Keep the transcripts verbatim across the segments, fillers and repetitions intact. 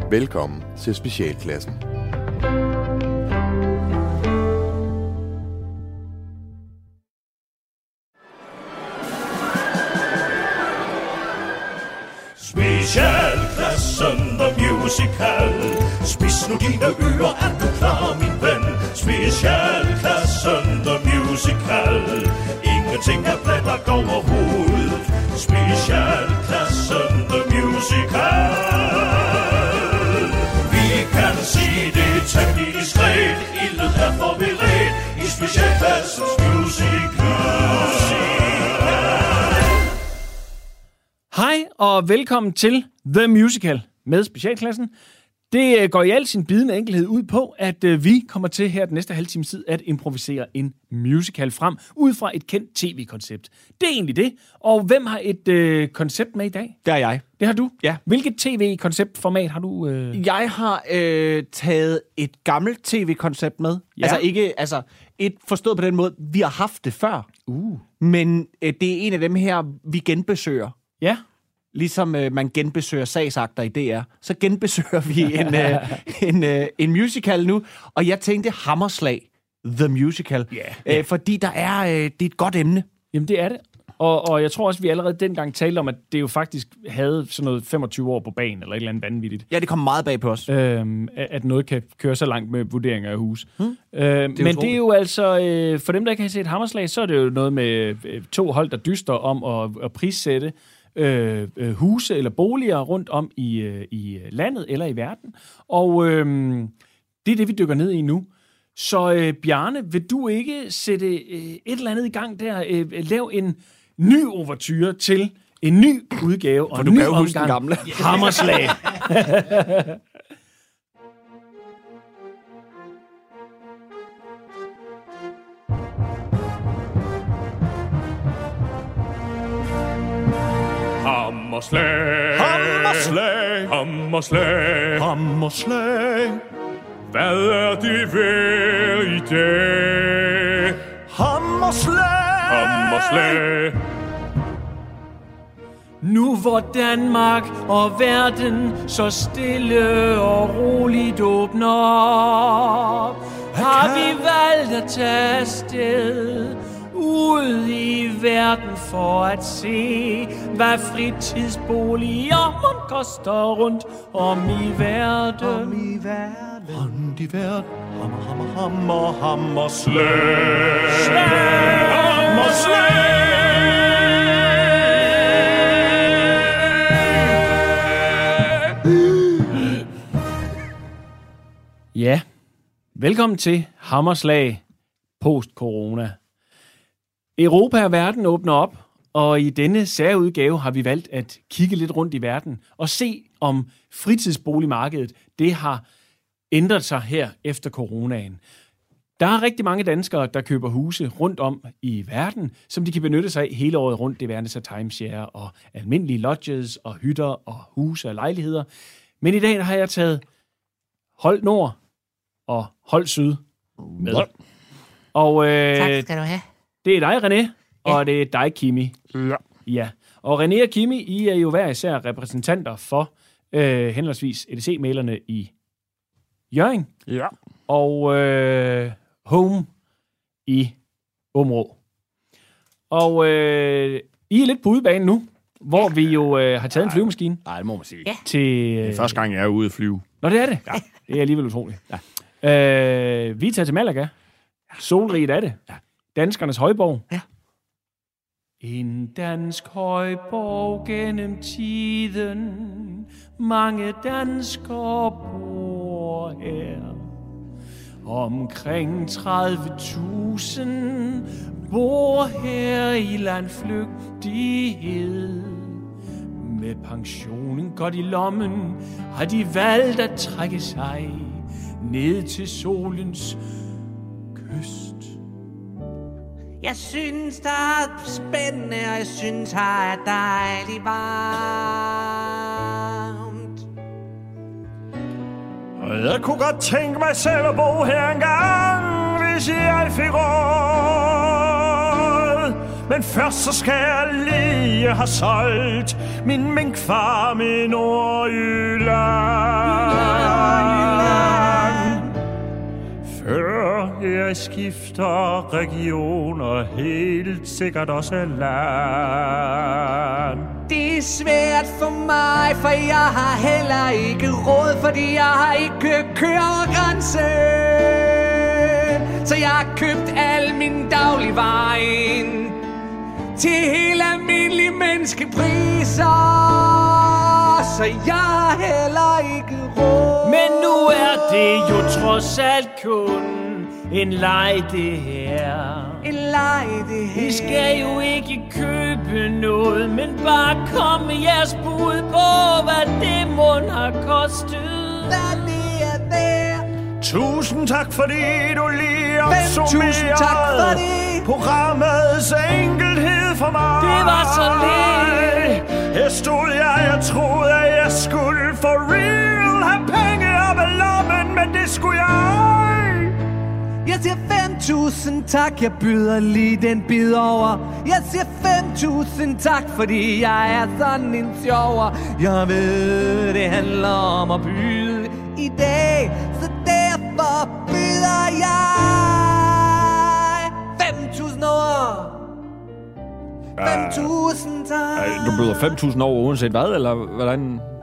Velkommen til Specialklassen. Specialklassen The Musical. Spids nu dine ører, er du klar, min ven? Specialklassen The Musical. Ingenting er plat og går overhovedet. Specialklassen The Musical. Vi kan sige det temmelig diskret. Ildet er forberedt i Specialklassens Musical. Hej og velkommen til The Musical med Specialklassen. Det går i al sin bidende enkelhed ud på, at vi kommer til her den næste halve time tid at improvisere en musical frem ud fra et kendt tv-koncept. Det er egentlig det. Og hvem har et øh, koncept med i dag? Det er jeg. Det har du? Ja. Hvilket tv-konceptformat har du? Øh... Jeg har øh, taget et gammelt tv-koncept med. Ja. Altså ikke, altså et forstået på den måde, vi har haft det før. Uh. Men øh, det er en af dem her, vi genbesøger. Ja. Ligesom øh, man genbesøger sagsakter i D R, så genbesøger vi en, øh, en, øh, en musical nu. Og jeg tænkte Hammerslag, The Musical. Yeah, yeah. Øh, fordi der er, øh, det er et godt emne. Jamen det er det. Og, og jeg tror også, vi allerede dengang talte om, at det jo faktisk havde sådan noget femogtyve år på banen, eller et eller andet vanvittigt. Ja, det kom meget bag på os. Øhm, at noget kan køre så langt med vurderinger af hus. Hmm. Øhm, det men utroligt. Det er jo altså, øh, for dem, der ikke har set Hammerslag, så er det jo noget med øh, to hold, der dyster om at, at prissætte Øh, øh, huse eller boliger rundt om i, øh, i landet eller i verden. Og øh, det er det, vi dykker ned i nu. Så øh, Bjarne, vil du ikke sætte øh, et eller andet i gang der? Øh, lav en ny ouverture til en ny udgave og For en du ny kan jo huske den omgang gamle. Hammerslag. Hammerslag, Hammerslag, Hammerslag, Hammerslag. Hvad er det værd i dag? Hammerslag, Hammerslag. Nu hvor Danmark og verden så stille og roligt åbner op, har vi valgt at tage afsted ud i verden for at se, hvad fritidsboliger man koster rundt om i verden. Om i verden. Rundt i verden. Hammer, hammer, hammer, hammerslag. Slag. Hammerslag. Ja, velkommen til Hammerslag post-corona. Europa og verden åbner op, og i denne særudgave har vi valgt at kigge lidt rundt i verden og se, om fritidsboligmarkedet det har ændret sig her efter coronaen. Der er rigtig mange danskere, der køber huse rundt om i verden, som de kan benytte sig af hele året rundt. Det værende sig timeshare og almindelige lodges og hytter og huse og lejligheder. Men i dag har jeg taget Hold Nord og Hold Syd med. Og, øh, tak skal du have. Det er dig, René, ja. Og det er dig, Kimi. Ja. Ja. Og René og Kimi, I er jo hver især repræsentanter for øh, henholdsvis E D C-mailerne i Hjørring Ja. og øh, Home i Områ. Og øh, I er lidt på udebanen nu, hvor vi jo øh, har taget en flyvemaskine. Nej, det må man sige. Ja. Til, øh, Det er første gang, jeg er ude at flyve. Nå, det er det? Ja. Det er alligevel utroligt. Ja. Øh, vi er taget til Malaga. Solrigt er det. Ja. Danskernes højborg. Ja. En dansk højborg gennem tiden. Mange danskere bor her. Omkring tredive tusind bor her i landflygtighed. Med pensionen godt i lommen har de valgt at trække sig ned til solens kyst. Jeg synes, der er spændende, og jeg synes, her er dejligt varmt. Og jeg kunne godt tænke mig selv at bo her engang, hvis jeg fik råd. Men først så skal jeg lige have solgt min minkfarm i Nordjylland. Før jeg skifter regioner, helt sikkert også land. Det er svært for mig, for jeg har heller ikke råd, fordi jeg har ikke kørt over grænsen. Så jeg har købt al min dagligvarer ind til helt almindelige menneskepriser. Så jeg har heller ikke råd. Men nu er det jo trods alt kun en leg, det her. En leg, det her. I skal jo ikke købe noget, men bare komme med jeres bud på, hvad det mund har kostet. Hvad det er der. Tusind tak, fordi du lige Tusind tak for opsummerede det. programmets enkelhed for mig. Det var så lidt. Her stod jeg, jeg troede, at jeg skulle for real have penge op i lommen, men det skulle jeg. Jeg siger fem tusind tak, jeg byder lige den bid over. Jeg siger fem tusind tak, fordi jeg er sådan en sjover. Jeg ved, det handler om at byde i dag, så derfor byder jeg fem tusind over. fem tusind tak. Du byder fem tusind over uanset hvad, eller hvordan?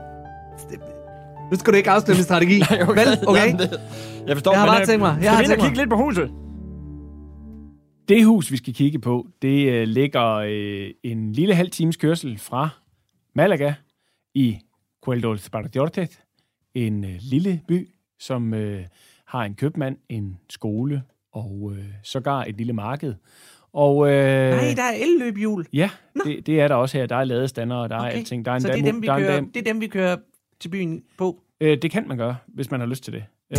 Nu skal du ikke afsløre min strategi. Nej, okay. Vel? Okay. Jeg forstår, Jeg har men, bare øh, tænkt mig. Jeg har skal vi ind og tænkt mig. kigge lidt på huset? Det hus, vi skal kigge på, det øh, ligger øh, en lille halv times kørsel fra Malaga i Puerto Espartiorte. En øh, lille by, som øh, har en købmand, en skole og øh, sågar et lille marked. Og, øh, Nej, der er elløbehjul. Ja, det, det er der også her. Der er ladestander, og der okay. er alting. Der er en så det er, dem, vi der er en kører, dam- det er dem, vi kører til byen på? Øh, det kan man gøre, hvis man har lyst til det. Øh,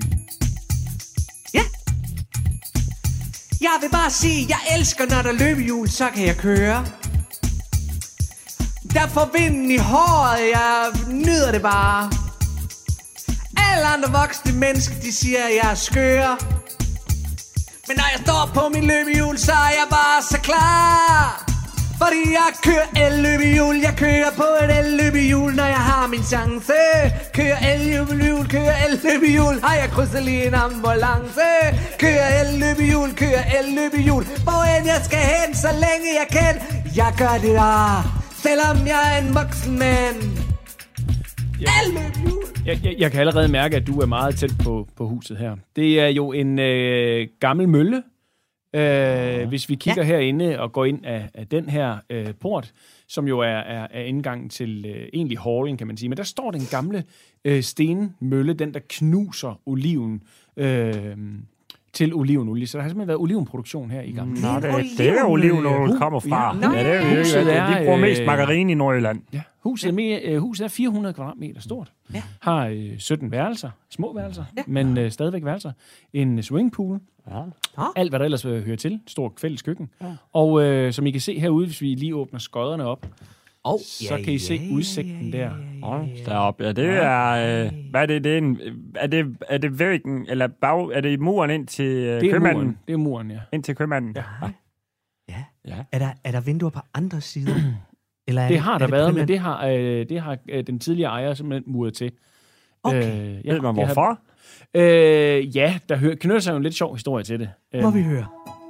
Ja. Jeg vil bare sige, jeg elsker, når der er løbehjul, så kan jeg køre. Der får vinden i håret, jeg nyder det bare. Alle andre voksne mennesker, de siger, at jeg er skør. Men når jeg står på min løbehjul, så er jeg bare så klar. Fordi jeg kører el-løbehjul, jeg kører på et el-løbehjul, når jeg har min chance. Kører el-løbehjul, kører el-løbehjul, har jeg krydset lige en ambulance. Kører el-løbehjul, kører el-løbehjul, hvor end jeg skal hen, så længe jeg kan. Jeg gør det der, selvom jeg er en voksen mand. El-løbehjul. jeg, jeg, jeg kan allerede mærke, at du er meget tæt på, på huset her. Det er jo en øh, gammel mølle. Øh, hvis vi kigger ja. herinde og går ind af, af den her øh, port, som jo er, er, er indgangen til øh, egentlig hallen, kan man sige. Men der står den gamle øh, stenmølle, den der knuser oliven øh, til olivenolie. Så der har simpelthen været olivenproduktion her i gamle. Nå, det, det er olivenolie, kommer fra. Ja, ja, det er jo ikke. De bruger mest margarine i Nordjylland. Ja, huset er, mere, øh, huset er fire hundrede kvadratmeter stort. Ja. Har øh, sytten værelser, små værelser, ja. men øh, stadigvæk værelser. En swimmingpool. Ja. Alt, hvad der ellers øh, hører til. Stor fælles køkken. Ja. Og øh, som I kan se herude, hvis vi lige åbner skodderne op, oh, så ja, kan I se ja, udsigten der. Oh, deroppe. Ja, det er... Øh, hvad er det? Det er, en, er det? Er det væggen, eller bag, er det muren ind til øh, det købmanden? Muren. Det er muren, ja. Ind til købmanden. Ja. Ja. ja. Er, der, er der vinduer på andre sider? Eller det har det, der det været, primært? men det har, øh, det har øh, den tidligere ejer simpelthen muret til. Okay. Øh, ja, Ved man hvorfor? Har, øh, ja, der hører, knytter sig jo en lidt sjov historie til det. Må øh, vi høre?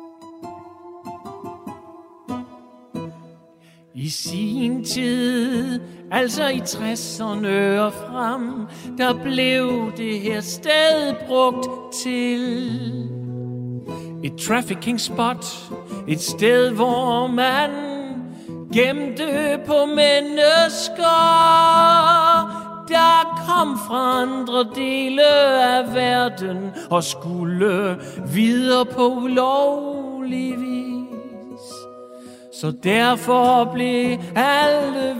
I sin tid, altså i tresserne og frem, der blev det her sted brugt til et trafficking spot. Et sted, hvor man gemte på mennesker, der kom fra andre dele af verden og skulle videre på ulovlig vis. Så derfor blev alle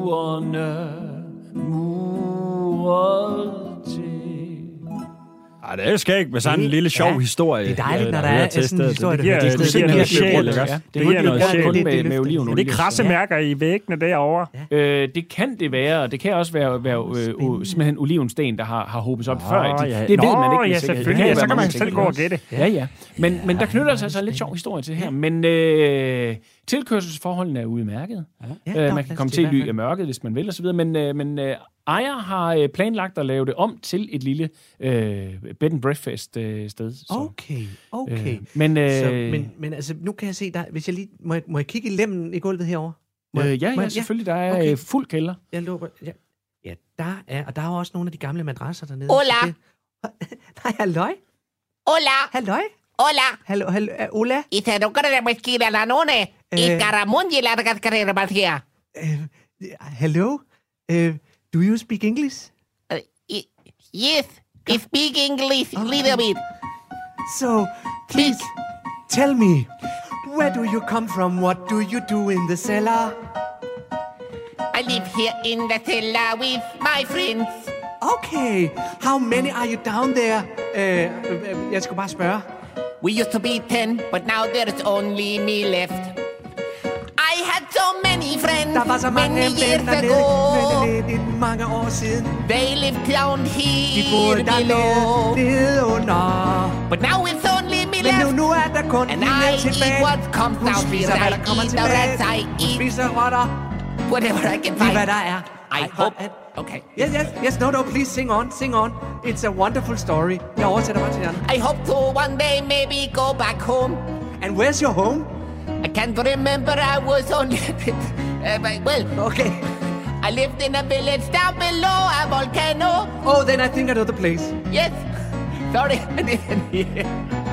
vinduerne muret til. Ja, det er jo skægt med sådan en lille sjov ja, historie. det er dejligt, når der er sådan en historie, Det giver, der hører det til giver stedet. noget Det sjæl, giver ikke? ja. Det Det giver noget kun sjæl. med, Det med løfter. oliven. Er det krassemærker i væggene derovre? Øh, det kan det være, og det kan også være, være øh, øh, simpelthen olivensten, der har, har hobet sig op Nå, før. ja. Det, det Nå, ved man ikke. med ja, sikkerhed. selvfølgelig. Det Ja, så være kan man mange selv ting. gå og gætte. Ja, ja. Men, men der knytter sig altså en lidt sjov historie til her. Men øh, tilkørselsforholdene er udmærket. Ja, Øh, der er man kan plads komme til til i at hvert ly af mørket, hvis man vil, og så videre. Men, øh, men øh, ejer har øh, planlagt at lave det om til et lille øh, bed and breakfast øh, sted. Så, Okay, okay. øh, men, øh, Så, men, men altså, nu kan jeg se, der, hvis jeg lige, må jeg, må jeg kigge i lemmen i gulvet herovre? Må øh, jeg- ja, må ja, jeg- selvfølgelig. Der er Okay. øh, fuld kælder. Jeg lover, ja. Ja, der er, og der er jo også nogle af de gamle madrasser dernede. Hola. så det- Nej, halløj. Hola, Halløj. hola. Hallo, hallo, uh, Ola. Y se no cree mezquina la none. Y Eh. caramundi la carrera más her. Uh, hello. Uh, do you speak English? Yes, I speak English a little bit. So, please, tell me, where do you come from? What do you do in the cellar? I live here in the cellar with my friends. Okay, how many are you down there? Uh, uh, jeg skal bare spørge. We used to be ten, but now there's only me left. I had so many friends Der var så mange many years venner ago. nede, nede, nede, mange år siden. They lived down De boede here dernede, below. nede under. But now it's only me Men nu, left. nu er der kun And en I tilbage. eat what comes Hun down spiser, here. hvad der I kommer eat the tilbage. rats, I Hun eat spiser rotter. whatever I can Lige find. hvad der er. I hope. Okay. Yes, yes, yes, no, no, please sing on, sing on. It's a wonderful story. Jeg oversætter bare til jer. I hope to one day maybe go back home. And where's your home? I can't remember. I was only. uh, but- well, Okay. I lived in a village down below a volcano. Oh, then I think I know the place. Yes. Sorry, I didn't hear.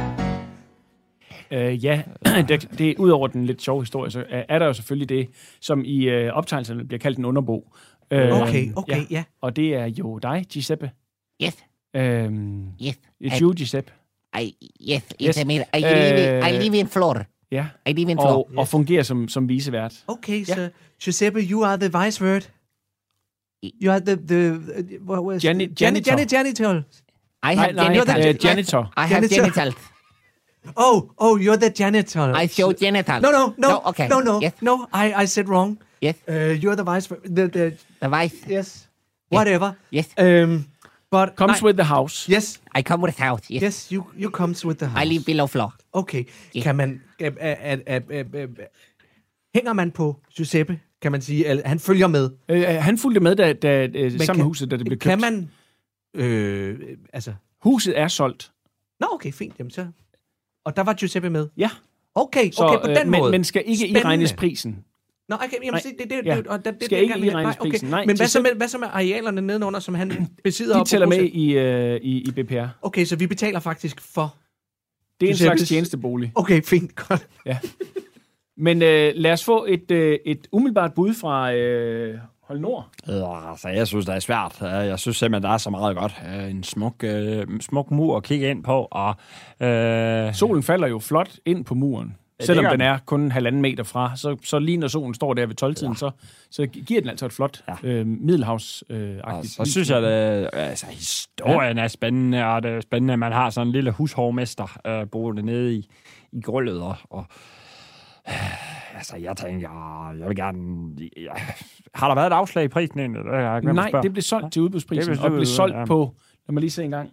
Øh, ja, det, det ud over den lidt sjove historie, så er, er der jo selvfølgelig det, som i øh, optegnelserne bliver kaldt en underbo. Øh, Okay, okay, ja. Og det er jo dig, Giuseppe. Yes, Øhm, yes. it's I, you, Giuseppe. I, yes, it's Yes. a mir- I live, I Uh, live in floor. Ja, I live in floor. og, og fungerer som, som visevært. Okay, Ja. so Giuseppe, you are the vice word. You are the the uh, what was Jani- Janet janitor. Janet janitor. I Nej, have nej, genitals. øh, janitor. I have Janitor. genitals. Oh, oh, you're the janitor. I show genitals. No, no, no, No, okay. no, no, Yes. no. I I said wrong. Yes, Uh, you're the vice. The the the vice. yes, whatever. Yes, Um, but Comes nej. with the house. Yes, I come with house. Yes, yes. You you comes with the house. I live below floor. Okay. Ja. Kan man uh, uh, uh, uh, uh, uh, hænger man på Giuseppe? Kan man sige, eller han følger med? Øh, han fulgte med da, da, øh, sammen kan- med huset, da det blev købt. Kan man øh, altså? Huset er solgt. Nå, okay, fint. Jamen så. Og der var Giuseppe med. Ja. Okay, Så, okay, på den øh, men, måde. men skal ikke Spændende. iregnes prisen. Nå, okay, jamen, Nej. se, det, det, Ja. det, og det, det, Skal det, ikke det, iregnes nej, prisen. Nej, Men hvad til så, med, hvad så med arealerne nedenunder, som han besidder op De på tæller med huset? i, øh, i, i B P R. Okay, så vi betaler faktisk for... Det er en Giuseppes- slags tjenestebolig. Okay, fint, godt. Men øh, lad os få et, øh, et umiddelbart bud fra øh, Hold Nord. Ja, altså, jeg synes, det er svært. Øh, Jeg synes simpelthen, der er så meget godt. Øh, En smuk, øh, smuk mur at kigge ind på, og... Øh, Solen falder jo flot ind på muren. det Selvom gør den den. er kun en halvanden meter fra, så, så lige når solen står der ved tolv-tiden, ja. så, så giver den altså et flot Ja. øh, middelhavsagtigt. og så synes jeg, at altså, historien er spændende, og det er spændende, at man har sådan en lille hushovmester øh, boende nede i, i gulvet, og, og øh, altså, jeg tænker, jeg vil gerne... Ja, har der været et afslag i prisen egentlig? Det har jeg glemt at Nej, spørge. det blev solgt til udbudsprisen, Det blev og blev solgt, solgt ja. på, lad mig lige se en gang.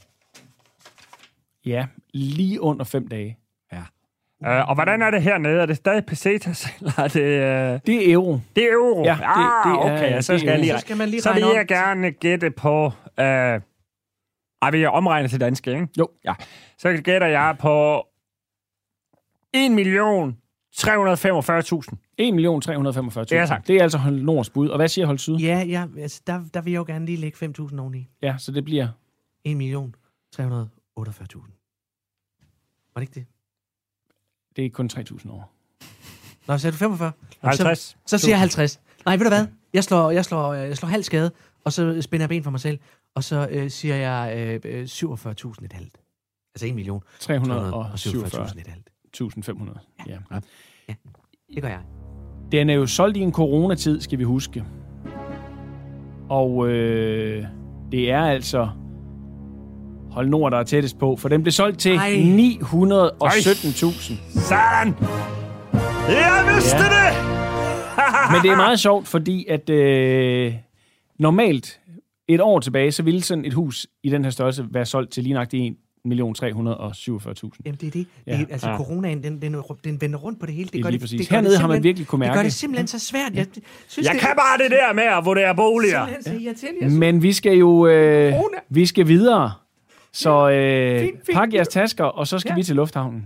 Ja, lige under fem dage. Øh, og hvordan er det hernede? Er det stadig pesetas, eller er det... Øh... Det er euro. Det er euro. Ja, Ja, det- ah, det er- okay, så det skal er jeg euro. lige... Så skal man lige Så regne vil om. jeg gerne gætte på... Øh... Ej, vil jeg omregne til danske, ikke? Jo. Ja. Så gætter jeg på en million tre hundrede og femogfyrre tusind. en million tre hundrede og femogfyrre tusind. Ja, tak. Det er altså Hold Nords bud. Og hvad siger Hold Syd? Ja, ja, altså, der, der vil jeg jo gerne lige lægge fem tusind oveni. Ja, så det bliver... en million tre hundrede og otteogfyrre tusind. Var det ikke det? Det er kun tre tusind år. Nå, sagde du femogfyrre? Nå, halvtreds. Så, så siger jeg halvtreds. Nej, ved du hvad? Jeg slår, jeg slår, jeg slår halv skade, og så spænder jeg ben for mig selv, og så øh, siger jeg øh, øh, syvogfyrre tusind et halvt. Altså en million tre hundrede og syvogfyrre syvogfyrre tusind et halvt. tusind fem hundrede. Ja. Det gør jeg. Den er jo solgt i en coronatid, skal vi huske. Og øh, det er altså Hold Nord, der er tættest på, for den blev solgt til Ej. ni hundrede og sytten tusind. Sådan! Jeg vidste Ja. det! Men det er meget sjovt, fordi at øh, normalt et år tilbage, så ville sådan et hus i den her størrelse være solgt til lige nøjagtigt en million tre hundrede og syvogfyrre tusind. Jamen, det er det. Ja. det er, altså, Ja. coronaen, den, den, den vender rundt på det hele. Det, Det er gør lige det, præcis. det gør Hernede det har man simpelthen- virkelig kunne mærke Det gør det. det simpelthen så svært. Jeg synes, Jeg det kan bare det der med at vurdere boliger. er simpelthen så irriterende. Men vi skal jo øh, Corona. vi skal videre. Så øh, Fint, fint. pak jeres tasker, og så skal Ja. vi til lufthavnen.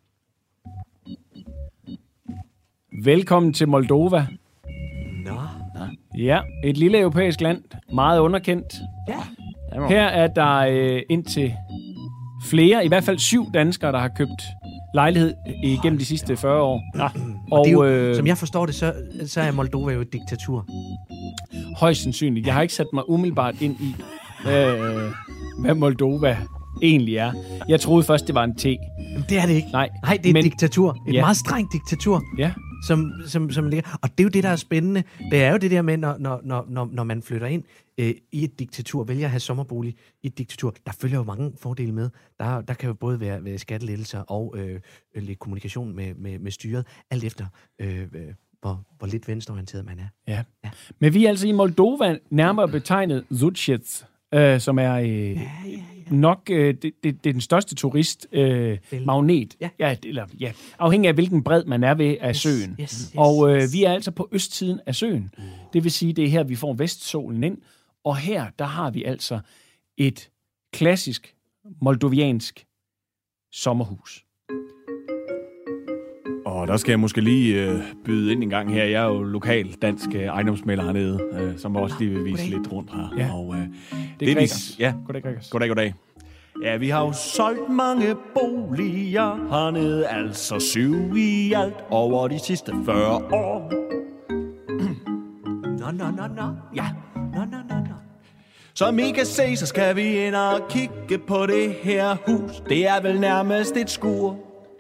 Velkommen til Moldova. Nå. Ja, et lille europæisk land. Meget underkendt. Ja. Her er der øh, indtil flere, i hvert fald syv danskere, der har købt lejlighed igennem de sidste fyrre år. Ja. Og Det er jo, øh, som jeg forstår det, så, så er Moldova jo et diktatur. højst sandsynligt. Jeg har ikke sat mig umiddelbart ind i, øh, hvad Moldova egentlig er. Jeg troede først, det var en T. Jamen, det er det ikke. Nej, Nej, det er men- et diktatur. Et Ja. meget strengt diktatur. Ja, Som, som, som ligger. Og det er jo det, der er spændende. Det er jo det der med, når, når, når, når, når man flytter ind øh, i et diktatur, vælger at have sommerbolig i et diktatur, der følger jo mange fordele med. Der, der kan jo både være, være skattelettelser og øh, lidt kommunikation med, med, med styret, alt efter øh, øh, hvor, hvor lidt venstreorienteret man er. ja. Men vi er altså i Moldova, nærmere betegnet Zutjets, øh, som er øh, nok øh, det, det, det er den største turistmagnet. Øh, magnet. Ja. Ja, eller, ja, afhængig af hvilken bred man er ved af søen. Yes, yes, Og øh, yes. vi er altså på østsiden af søen. Det vil sige, det er her, vi får vestsolen ind. Og her, der har vi altså et klassisk moldoviansk sommerhus. Og der skal jeg måske lige øh, byde ind en gang her. Jeg er jo lokal dansk øh, ejendomsmælder hernede, øh, som også lige vil vise goddag. lidt rundt her. Ja. Og, øh, Det er vi, Gregers. ja, Goddag, Gregers. goddag, goddag. Ja, vi har jo solgt mange boliger hernede, altså syv i alt over de sidste fyrre år. Nå, nå, nå, nå. Ja. Nå, nå, nå, nå. Som I kan se, så skal vi ind og kigge på det her hus. Det er vel nærmest et skur.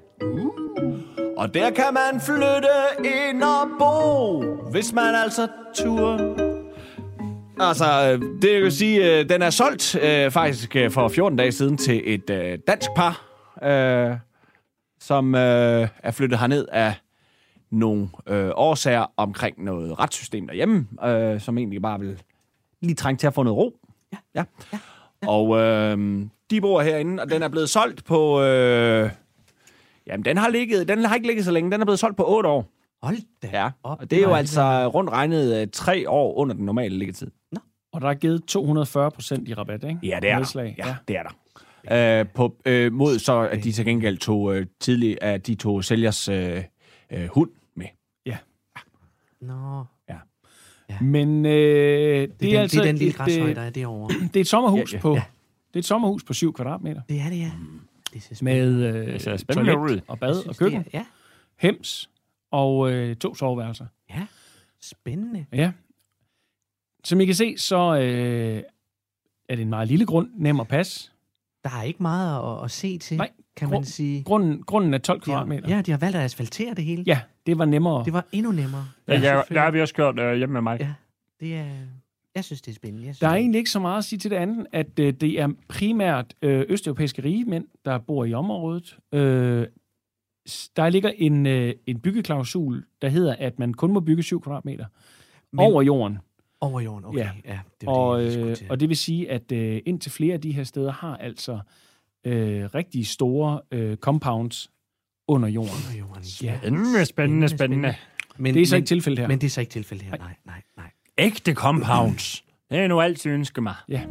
Og der kan man flytte ind og bo, hvis man altså tur. Altså, det vil sige, den er solgt øh, faktisk øh, for fjorten dage siden til et øh, dansk par, øh, som øh, er flyttet herned af nogle øh, årsager omkring noget retssystem derhjemme, øh, som egentlig bare vil lige trænge til at få noget ro. Ja. ja. ja. Og øh, de bor herinde, og den er blevet solgt på... Øh, jamen, den har, ligget, den har ikke ligget så længe. Den er blevet solgt på otte år. Hold da Ja, op. og det er jo var altså rundt regnet øh, tre år under den normale liggetid. Og der er givet to hundrede og fyrre procent i rabat, ikke? Ja, det er Nedslag. der. Ja, det er der. Øh, på, øh, mod så, at de til gengæld tog øh, tidligt, at de tog sælgers øh, øh, hund med. Nå. Men øh, det, Det er, er den, altså det er den lille et, græshøj, øh, der er derovre. det er et sommerhus Ja, ja. på Ja. det er et sommerhus på syv kvadratmeter Det er det, ja. Det ser spændende. med øh, Det ser spændende ud. toilet og bad og Jeg synes, køkken, det er- Ja, hems og øh, to soveværelser. ja. Spændende. Ja. Som I kan se, så øh, er det en meget lille grund, nem at passe. Der er ikke meget at, at se til, Nej, kan grund- man sige. Grunden, grunden er tolv De har, kvadratmeter. ja, de har valgt at asfaltere det hele. Ja, det var nemmere. Det var endnu nemmere. Ja, ja, der har selvfølgelig. vi også gjort øh, hjemme med mig. Ja. Det er... Jeg synes, det er spændende. Jeg synes, Der er det- egentlig ikke så meget at sige til det andet, at øh, det er primært øh, østeuropæiske rige mænd, der bor i området. Øh, s- der ligger en, øh, en byggeklausul, der hedder, at man kun må bygge syv kvadratmeter Men- over jorden. Over jorden, okay. Ja. Ja, det var Og, det, jeg skulle øh, til. og det vil sige, at øh, indtil flere af de her steder har altså øh, rigtig store øh, compounds under jorden. Over jorden. Ja. Spændende, spændende, spændende. Men, Det er så men, ikke tilfældet her. Men det er så ikke tilfældet her. Nej, nej, nej. Ægte compounds. Det er nu altid ønsket mig. Ja.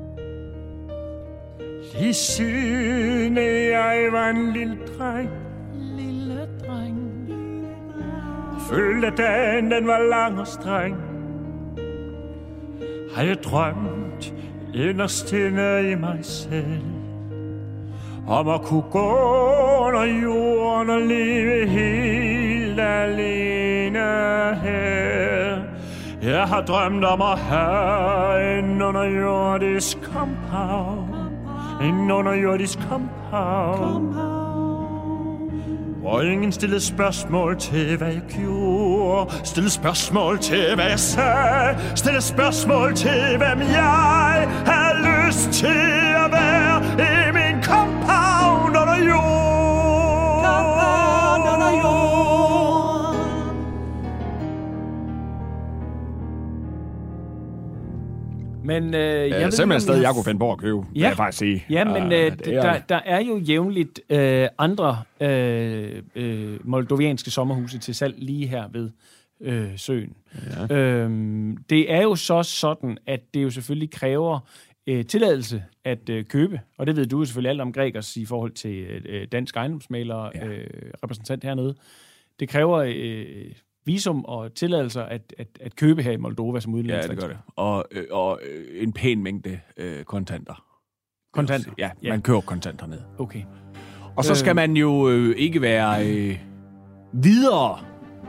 Lige siden jeg var en lille dreng, Lille dreng. følte dagen den var lang og streng. Har jeg drømt inderst inde i mig selv om at kunne gå under jorden og leve helt alene her. Jeg har drømt om at have en underjordisk compound. En underjordisk compound. Hvor ingen stillede spørgsmål til, hvad jeg gjorde. Stillede spørgsmål til, hvad jeg sagde. Stillede spørgsmål til, hvem jeg havde lyst til at være. Men øh, jeg Ja, ved simpelthen ikke, et sted, om jeg kunne finde på at købe, ja. vil jeg faktisk sige. Ja, men Uh, øh, det er- der, der er jo jævnligt øh, andre øh, øh, moldovianske sommerhuse til salg lige her ved øh, søen. Ja. Øhm, det er jo så sådan, at det jo selvfølgelig kræver øh, tilladelse at øh, købe, og det ved du selvfølgelig alt om, Gregers, i forhold til øh, dansk ejendomsmaler Ja. øh, repræsentant hernede. Det kræver øh, visum og tilladelser at, at, at købe her i Moldova som Ja, udenlandsland. det gør det. Og, øh, og øh, en pæn mængde øh, kontanter. Kontanter? Ja, Ja. man køber kontanter ned. Okay. Og så skal man jo øh, ikke være øh, videre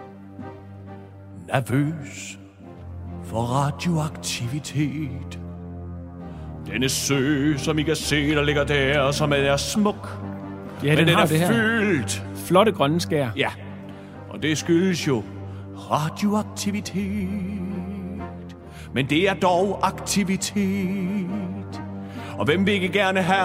nervøs for radioaktivitet. Denne sø, som I kan se, der ligger der, som er smuk. Ja, Men den, den har er det her. fyldt. Flotte grønne skær. Ja, og det skyldes jo radioaktivitet. Men det er dog aktivitet. Og hvem vil ikke gerne have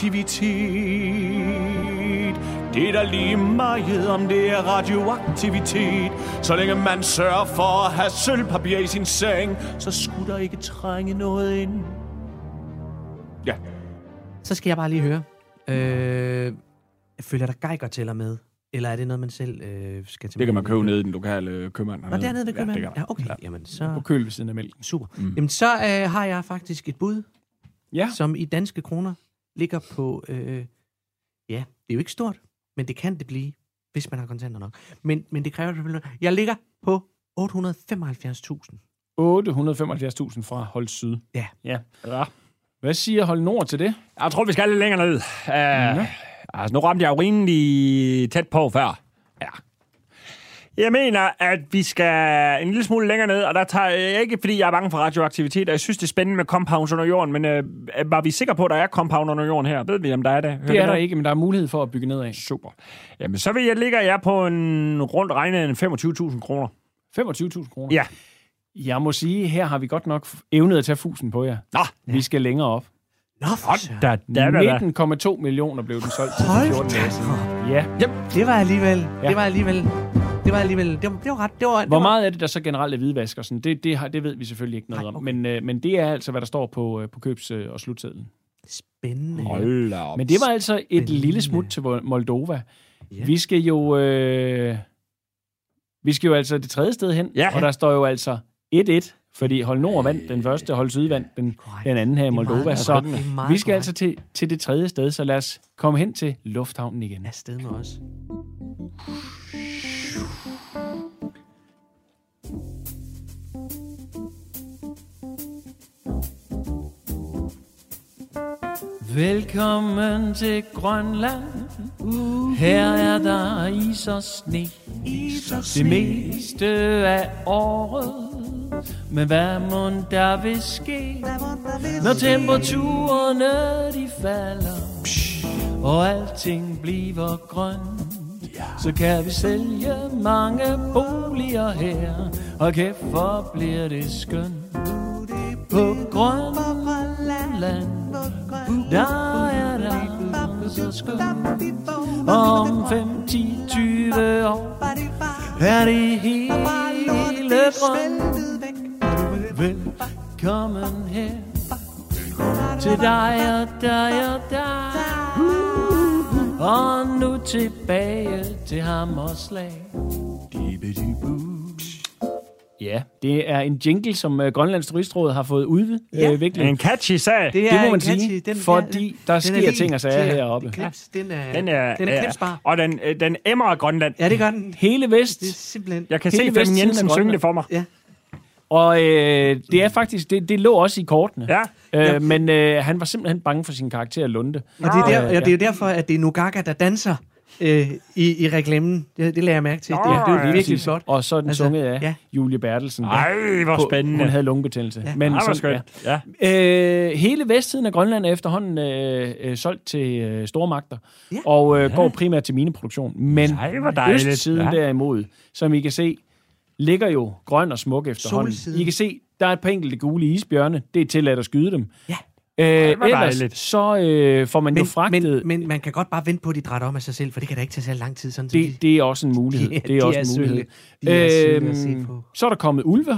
aktivitet? Det er da lige meget, om det er radioaktivitet. Så længe man sørger for at have sølvpapir i sin seng, så skulle der ikke trænge noget ind. Ja. Så skal jeg bare lige høre. Øh, følger der Geiger-tæller med? Eller er det noget, man selv øh, skal til? Det kan man købe nede i den lokale købmand. Nå, dernede ved Ja, købmanden? det kan Ja, man. okay. Ja. Jamen, så... På køl ved siden af mælken. Super. Mm. Jamen, så øh, har jeg faktisk et bud, Ja. som i danske kroner ligger på... Øh, ja, det er jo ikke stort, men det kan det blive, hvis man har kontanter nok. Men, men det kræver selvfølgelig... Jeg ligger på otte hundrede og femoghalvfjerds tusind. otte hundrede og femoghalvfjerds tusind fra Hold Syd. Ja. Ja. Ja. Hvad siger Hold Nord til det? Jeg tror, vi skal lidt længere ned. Uh, altså, nu ramte jeg jo rimelig tæt på før. Ja. Jeg mener, at vi skal en lille smule længere ned, og der tager jeg ikke, fordi jeg er bange for radioaktivitet, og jeg synes, det er spændende med compounds under jorden, men øh, var vi sikre på, at der er compound under jorden her? Ved vi, om der er det? Hører Det er vi der det? ikke, men der er mulighed for at bygge nedad. Super. Jamen, så vil jeg ligger jeg på en rundt regnet en femogtyve tusind kroner. femogtyve tusind kroner? Ja. Jeg må sige, her har vi godt nok evnet at tage fusen på jer. Nå. Vi skal længere op. Nå, for søren. Da, da, da, da. nitten komma to millioner blev den solgt til Hold fjorten dage siden. Ja. Det var alligevel... Ja. Det var alligevel... Det var alligevel... Det var, det var ret... Det var, det Hvor var, meget er det, der så generelt er hvidvask og sådan? Det, det, har, det ved vi selvfølgelig ikke noget Nej, om. okay. Men, øh, men det er altså, hvad der står på, øh, på købs- øh, og slutsedlen. Spændende. Hold da op. Men det var altså et Spændende. lille smut til Moldova. Ja. Vi skal jo... Øh, vi skal jo altså det tredje sted hen, Ja. og der står jo altså et et, fordi Hold Nord vandt den første, Hold Syd vandt den, Korrekt. den anden her i Det er meget Moldova. korrekt. Så Det er meget vi skal korrekt. altså til, til det tredje sted, så lad os komme hen til lufthavnen igen. Afsted med os. Velkommen til Grønland. Her er der is og sne. Det meste af året. Men hvad mon der vil ske, når temperaturerne de falder, og alting bliver grønt, så kan vi sælge mange boliger her, og kæft, hvor bliver det skønt. På Grønland, der er der så skønt. Om fem, ti, tyve år er det hele grønt. Velkommen her til dig og dig og dig. Og nu tilbage til Hammerslag. Ja, det er en jingle, som uh, Grønlands Turistråd har fået udviklet. En catchy sag. Det, er Det må man en sige, catchy- den, fordi der den er sker helt ting og sager til- heroppe. Den, klips, den er, Den er, den er klipsbar. Og den, øh, den emmer af Grønland. Ja, det gør den. Hele vest, Det er simpelthen... Jeg kan Hele se Flemming vestsiden af Jensen synge Grønland. det for mig. Ja. og øh, det er faktisk, det, det lå også i kortene. Ja. Øh, men øh, han var simpelthen bange for sin karakter Lunde. Og det er, der, Ja. og det er jo derfor, at det er Nugaga, der danser øh, i, i reklamen. Det, det lader jeg mærke til. Nå, det, det er ja, jo virkelig Præcis. flot. Og så er den Altså, sunget af ja. Julie Bertelsen. Ej, hvor På- spændende. Hun havde lungebetændelse. Ja. Men Ej, hvor sådan, skønt. Ja. ja. øh, hele vestsiden af Grønland er efterhånden øh, øh, solgt til øh, store magter, Ja. og øh, går primært til mineproduktion. Men Ej, hvor dejligt. østsiden Ja. derimod, som I kan se, ligger jo grøn og smuk efterhånden. Solsiden. I kan se, der er et par enkelte gule isbjørne. Det er tilladt at skyde dem. Ja. Øh, hvor ellers dejligt. så øh, får man Men, jo fragtet... men, men man kan godt bare vente på, at de drætter om af sig selv, for det kan da ikke tage så lang tid. Sådan, så det, det er også en mulighed. Ja, det er de også er en søde. mulighed. De er søde at se Øhm, på. så er der kommet ulvehop.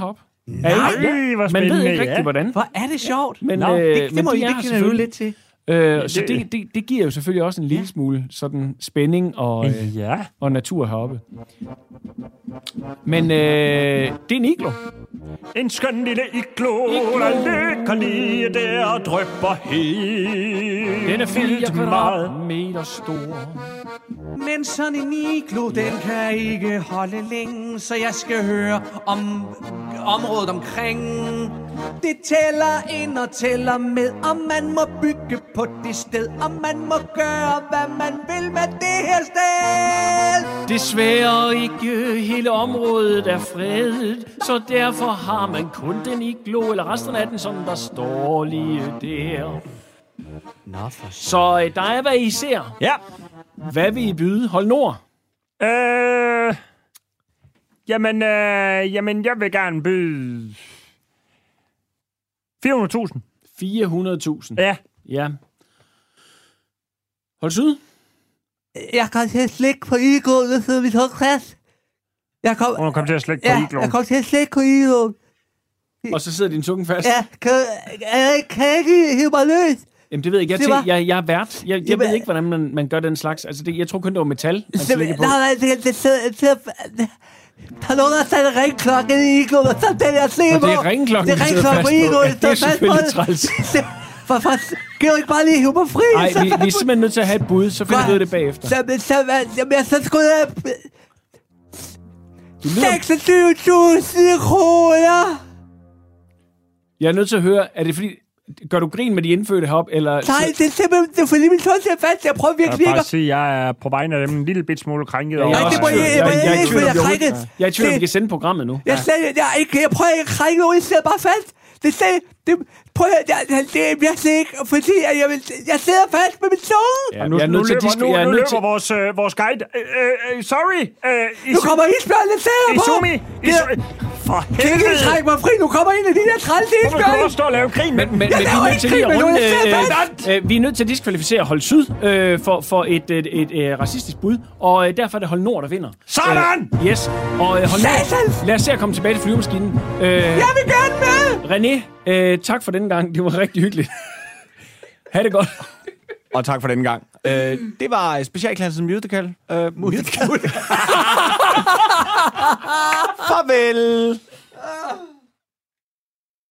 Nej, hvor man ved ikke rigtig, ja. hvordan. Hvor er det sjovt. Men, Nå, øh, det, det, men må de I, er det her kan jeg øve lidt til. Øh, så det, det, det giver jo selvfølgelig også en lille smule sådan spænding og, øh, Ja. og natur heroppe. Men øh, det er en iglo. En skøn lille iglo, der ligger lige der og drypper helt. Den er fire kvadratmeter stor. Men sådan en iglo, den kan ikke holde længe, så jeg skal høre om området omkring. Det tæller ind og tæller med, og man må bygge på det sted, og man må gøre, hvad man vil med det her sted. Desværre ikke hele området er fredet, så derfor har man kun den iglo, eller resten af den, som der står lige der. Nå, for Så øh, der er, hvad I ser. Ja. Hvad vil I byde? Hold nord. Øh, jamen, øh, jamen, jeg vil gerne byde fire hundrede tusind. fire hundrede tusind. Ja. Ja. Hold syd. Jeg kom til at slikke på igloen, så vi tog kreds. Jeg kom, Hun kom til at slække på ja, igloen. jeg kom til at slikke på igloen. Og så sidder din tunge fast. Ja, kan, jeg kan jeg ikke hive mig løs? Jamen, det ved jeg ikke. Jeg, Det tænker, var- jeg, jeg er vært. Jeg, jeg Jamen- ved ikke, hvordan man, man gør den slags. Altså, det, jeg tror kun, det var metal, man Så, slikker på. nej, nej, det, det, sidder, det, sidder, der er nogen, der har sat en ringklokke i igloen, og så den jeg slikker Og på. det er ringklokken, det er du sidder ringklokken på fast på. igloen, Ja, der det står er fast på selvfølgelig det. træls. For, for, kan du ikke bare lige hive mig fri? Nej, Så- vi, vi er simpelthen nødt til at have et bud, så finder vi ud af det bagefter. Så, så, så, jamen, jeg så skulle jeg... Du lyder, seksogtyve tusind kroner! jeg er nødt til at høre, er det fordi, gør du grin med de indfødte heroppe, eller... Nej, det er simpelthen, det er fordi min tål ser fast. Jeg prøver Jeg virkelig vil ikke bare at... sige, at jeg er på vegne af dem en lille bit smule krænket Ja, over. jeg er Nej, det også må i tvivl. jeg- Jeg, jeg- jeg, jeg, er i jeg- tvivl, om jeg vi krænket. overhovedet- jeg er i tvivl, om vi Det- kan sende programmet nu. Jeg, slet, jeg, er ikke, jeg prøver ikke at krænke nogen, jeg sidder bare fast. Det er det, prøv at, jeg, jeg, det, jeg sidder ikke, fordi jeg, jeg, vil, jeg sidder fast med min tunge. Ja, Og nu, jeg er nu, nødt til at løber, disk- nu, jeg er nu nødt løber til... vores, øh, vores guide. Øh, øh, sorry. Øh, Nu kommer isbjørnen sæder på. Izumi. Izumi. For Kan I ikke helvede. trække mig fri? Nu kommer en af de der træls Hvorfor skal du isbjørne. også stå og lave grin med Men, men, men Jeg vi er laver nødt ikke til lige at krig med runde... nogen, jeg sidder Øh, øh, vi er nødt til at diskvalificere Hold Syd øh, for, for et, et, et, et racistisk bud, og øh, derfor er det Hold Nord, der vinder. Sådan! Øh, yes, og øh, Hold Nord... Satans! Lad os se at komme tilbage til flyvemaskinen. Øh, Jeg vil gerne med. René, øh, tak for denne gang. Det var rigtig hyggeligt. Ha' det godt. Og tak for den gang. Øh, det var specialklassen musical. Øh, musical. Farvel.